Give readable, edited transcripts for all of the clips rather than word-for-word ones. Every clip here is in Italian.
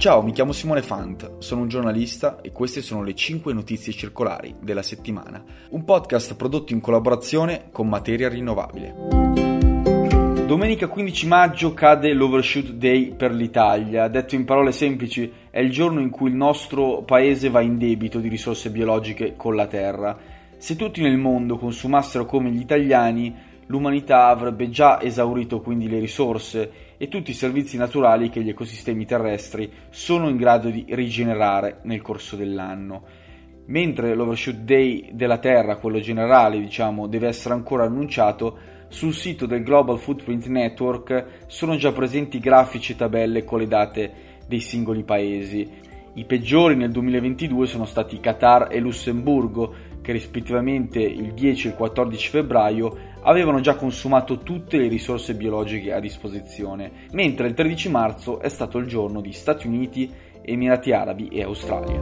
Ciao, mi chiamo Simone Fant, sono un giornalista e queste sono le 5 notizie circolari della settimana, un podcast prodotto in collaborazione con Materia Rinnovabile. Domenica 15 maggio cade l'Overshoot Day per l'Italia. Detto in parole semplici, è il giorno in cui il nostro paese va in debito di risorse biologiche con la terra. Se tutti nel mondo consumassero come gli italiani, l'umanità avrebbe già esaurito quindi le risorse e tutti i servizi naturali che gli ecosistemi terrestri sono in grado di rigenerare nel corso dell'anno. Mentre l'Overshoot Day della Terra, quello generale deve essere ancora annunciato, sul sito del Global Footprint Network sono già presenti grafici e tabelle con le date dei singoli paesi. I peggiori nel 2022 sono stati Qatar e Lussemburgo, che rispettivamente il 10 e il 14 febbraio avevano già consumato tutte le risorse biologiche a disposizione, mentre il 13 marzo è stato il giorno di Stati Uniti, Emirati Arabi e Australia.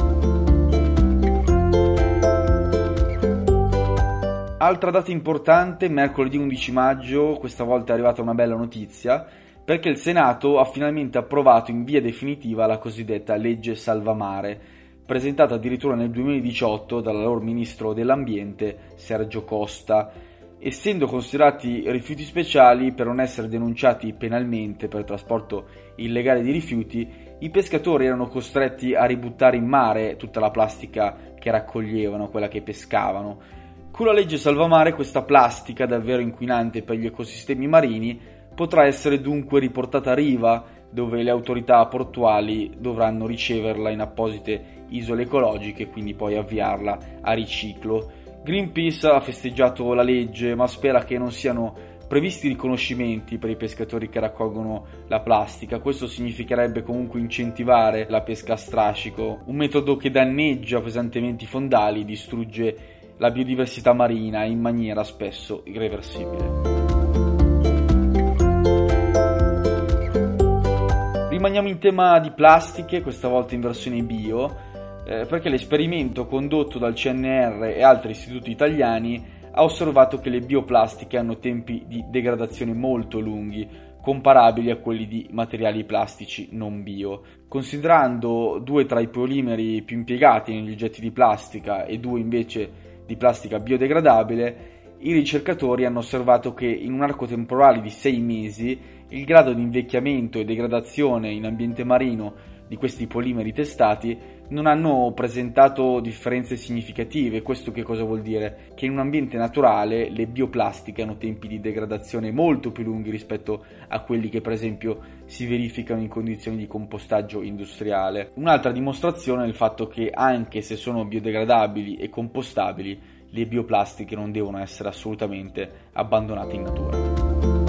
Altra data importante, mercoledì 11 maggio, questa volta è arrivata una bella notizia, perché il Senato ha finalmente approvato in via definitiva la cosiddetta legge Salvamare, presentata addirittura nel 2018 dall'allora ministro dell'Ambiente Sergio Costa. Essendo considerati rifiuti speciali per non essere denunciati penalmente per trasporto illegale di rifiuti, i pescatori erano costretti a ributtare in mare tutta la plastica che raccoglievano, quella che pescavano. Con la legge Salvamare questa plastica, davvero inquinante per gli ecosistemi marini, potrà essere dunque riportata a riva, dove le autorità portuali dovranno riceverla in apposite isole ecologiche e quindi poi avviarla a riciclo. Greenpeace ha festeggiato la legge, ma spera che non siano previsti riconoscimenti per i pescatori che raccolgono la plastica. Questo significherebbe comunque incentivare la pesca a strascico, un metodo che danneggia pesantemente i fondali e distrugge la biodiversità marina in maniera spesso irreversibile. Rimaniamo in tema di plastiche, questa volta in versione bio, perché l'esperimento condotto dal CNR e altri istituti italiani ha osservato che le bioplastiche hanno tempi di degradazione molto lunghi, comparabili a quelli di materiali plastici non bio. Considerando 2 tra i polimeri più impiegati negli oggetti di plastica e 2 invece di plastica biodegradabile, i ricercatori hanno osservato che in un arco temporale di 6 mesi il grado di invecchiamento e degradazione in ambiente marino di questi polimeri testati non hanno presentato differenze significative. Questo che cosa vuol dire? Che in un ambiente naturale le bioplastiche hanno tempi di degradazione molto più lunghi rispetto a quelli che per esempio si verificano in condizioni di compostaggio industriale. Un'altra dimostrazione è il fatto che anche se sono biodegradabili e compostabili, le bioplastiche non devono essere assolutamente abbandonate in natura.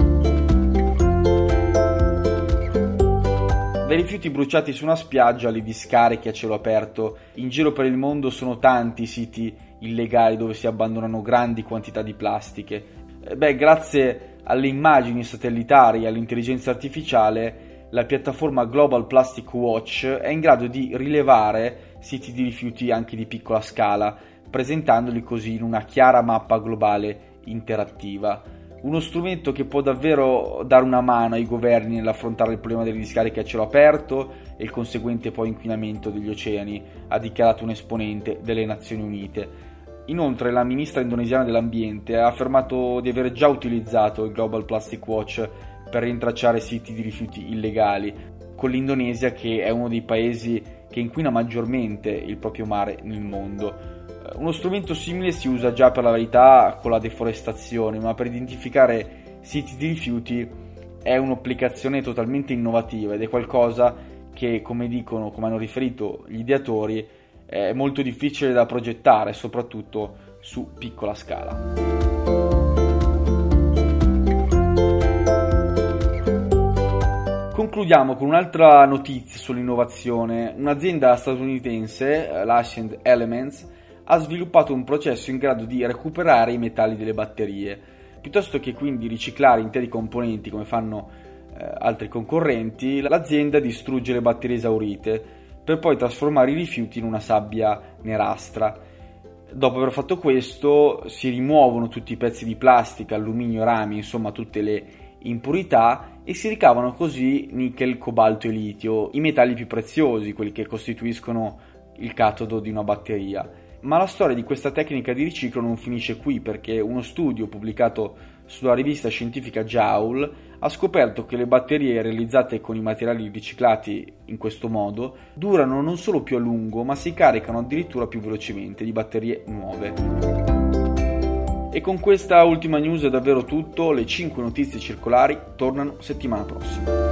Dai rifiuti bruciati su una spiaggia alle discariche a cielo aperto, in giro per il mondo sono tanti i siti illegali dove si abbandonano grandi quantità di plastiche. Grazie alle immagini satellitari e all'intelligenza artificiale, la piattaforma Global Plastic Watch è in grado di rilevare siti di rifiuti anche di piccola scala, presentandoli così in una chiara mappa globale interattiva. Uno strumento che può davvero dare una mano ai governi nell'affrontare il problema delle discariche a cielo aperto e il conseguente poi inquinamento degli oceani, ha dichiarato un esponente delle Nazioni Unite. Inoltre la ministra indonesiana dell'ambiente ha affermato di aver già utilizzato il Global Plastic Watch per rintracciare siti di rifiuti illegali, con l'Indonesia che è uno dei paesi che inquina maggiormente il proprio mare nel mondo. Uno strumento simile si usa già per la verità con la deforestazione, ma per identificare siti di rifiuti è un'applicazione totalmente innovativa ed è qualcosa che, come hanno riferito gli ideatori, è molto difficile da progettare, soprattutto su piccola scala. Concludiamo con un'altra notizia sull'innovazione. Un'azienda statunitense, l'Ascent Elements, ha sviluppato un processo in grado di recuperare i metalli delle batterie. Piuttosto che quindi riciclare interi componenti come fanno altri concorrenti, l'azienda distrugge le batterie esaurite per poi trasformare i rifiuti in una sabbia nerastra. Dopo aver fatto questo si rimuovono tutti i pezzi di plastica, alluminio, rami, insomma tutte le impurità e si ricavano così nickel, cobalto e litio, i metalli più preziosi, quelli che costituiscono il catodo di una batteria. Ma la storia di questa tecnica di riciclo non finisce qui, perché uno studio pubblicato sulla rivista scientifica Joule ha scoperto che le batterie realizzate con i materiali riciclati in questo modo durano non solo più a lungo, ma si caricano addirittura più velocemente di batterie nuove. E con questa ultima news è davvero tutto, le 5 notizie circolari tornano settimana prossima.